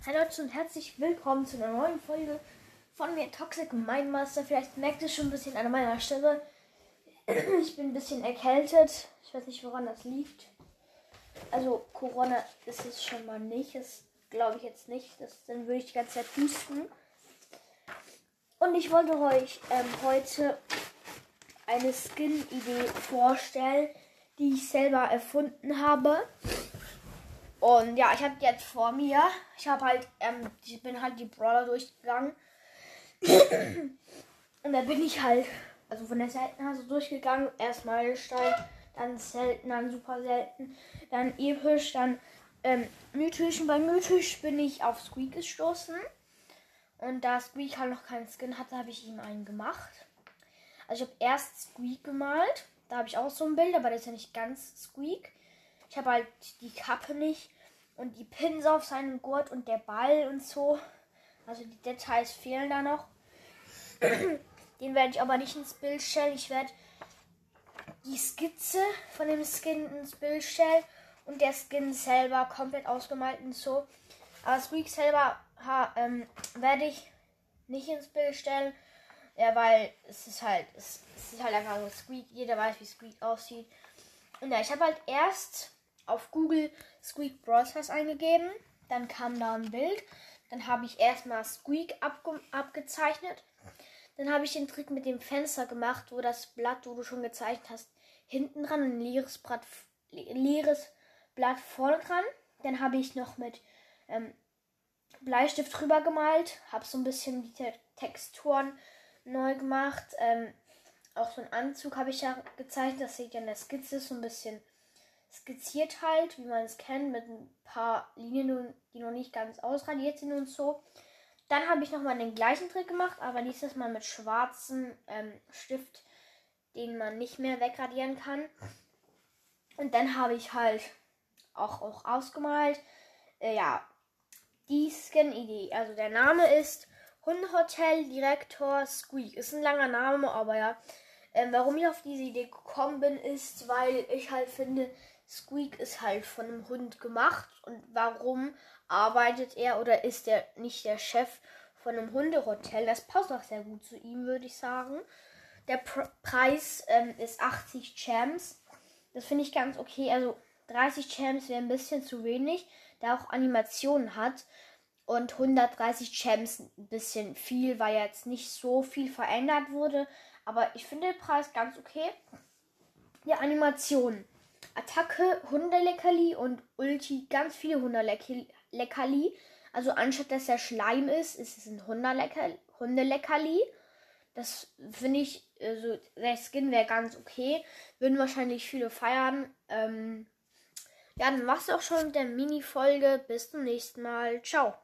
Hi Leute und herzlich willkommen zu einer neuen Folge von mir, Toxic Mindmaster. Vielleicht merkt ihr schon ein bisschen an meiner Stimme. Ich bin ein bisschen erkältet. Ich weiß nicht, woran das liegt. Also Corona ist es schon mal nicht. Das glaube ich jetzt nicht. Dann würde ich die ganze Zeit husten. Und ich wollte euch heute eine Skin-Idee vorstellen, die ich selber erfunden habe. Und ja, ich habe die jetzt vor mir. Ich bin halt die Brawler durchgegangen. Und da bin ich halt, also von der Seltenheit so durchgegangen. Erst Meilenstein, dann selten, dann super selten, dann episch, dann mythisch. Und bei mythisch bin ich auf Squeak gestoßen. Und da Squeak halt noch keinen Skin hatte, habe ich ihm einen gemacht. Also ich habe erst Squeak gemalt. Da habe ich auch so ein Bild, aber das ist ja nicht ganz Squeak. Ich habe halt die Kappe nicht und die Pins auf seinem Gurt und der Ball und so. Also die Details fehlen da noch. Den werde ich aber nicht ins Bild stellen. Ich werde die Skizze von dem Skin ins Bild stellen und der Skin selber komplett ausgemalt und so. Aber Squeak selber werde ich nicht ins Bild stellen. Ja, weil es ist halt einfach so Squeak. Jeder weiß, wie Squeak aussieht. Und ja, ich habe halt erst auf Google Squeak Brawl Stars eingegeben. Dann kam da ein Bild. Dann habe ich erstmal Squeak abgezeichnet. Dann habe ich den Trick mit dem Fenster gemacht, wo das Blatt, wo du schon gezeichnet hast, hinten dran und ein leeres Blatt vorne dran. Dann habe ich noch mit Bleistift drüber gemalt. Habe so ein bisschen die Texturen neu gemacht. Auch so einen Anzug habe ich ja gezeichnet. Das sieht ja in der Skizze so ein bisschen skizziert halt, wie man es kennt, mit ein paar Linien, die noch nicht ganz ausradiert sind und so. Dann habe ich nochmal den gleichen Trick gemacht, aber dieses Mal mit schwarzem Stift, den man nicht mehr wegradieren kann. Und dann habe ich halt auch ausgemalt. Die Skin-Idee. Also der Name ist Hundehotel Direktor Squeak. Ist ein langer Name, aber ja. Warum ich auf diese Idee gekommen bin, ist, weil ich halt finde, Squeak ist halt von einem Hund gemacht. Und warum arbeitet er oder ist er nicht der Chef von einem Hundehotel? Das passt auch sehr gut zu ihm, würde ich sagen. Der Preis ist 80 Gems. Das finde ich ganz okay. Also 30 Gems wäre ein bisschen zu wenig, da auch Animationen hat. Und 130 Gems ein bisschen viel, weil jetzt nicht so viel verändert wurde. Aber ich finde den Preis ganz okay. Die Animationen. Attacke, Hundeleckerli und Ulti, ganz viele Hundeleckerli. Also anstatt dass der Schleim ist es ein Hundeleckerli. Das finde ich, also der Skin wäre ganz okay. Würden wahrscheinlich viele feiern. Ja, dann war's auch schon mit der Mini-Folge. Bis zum nächsten Mal. Ciao.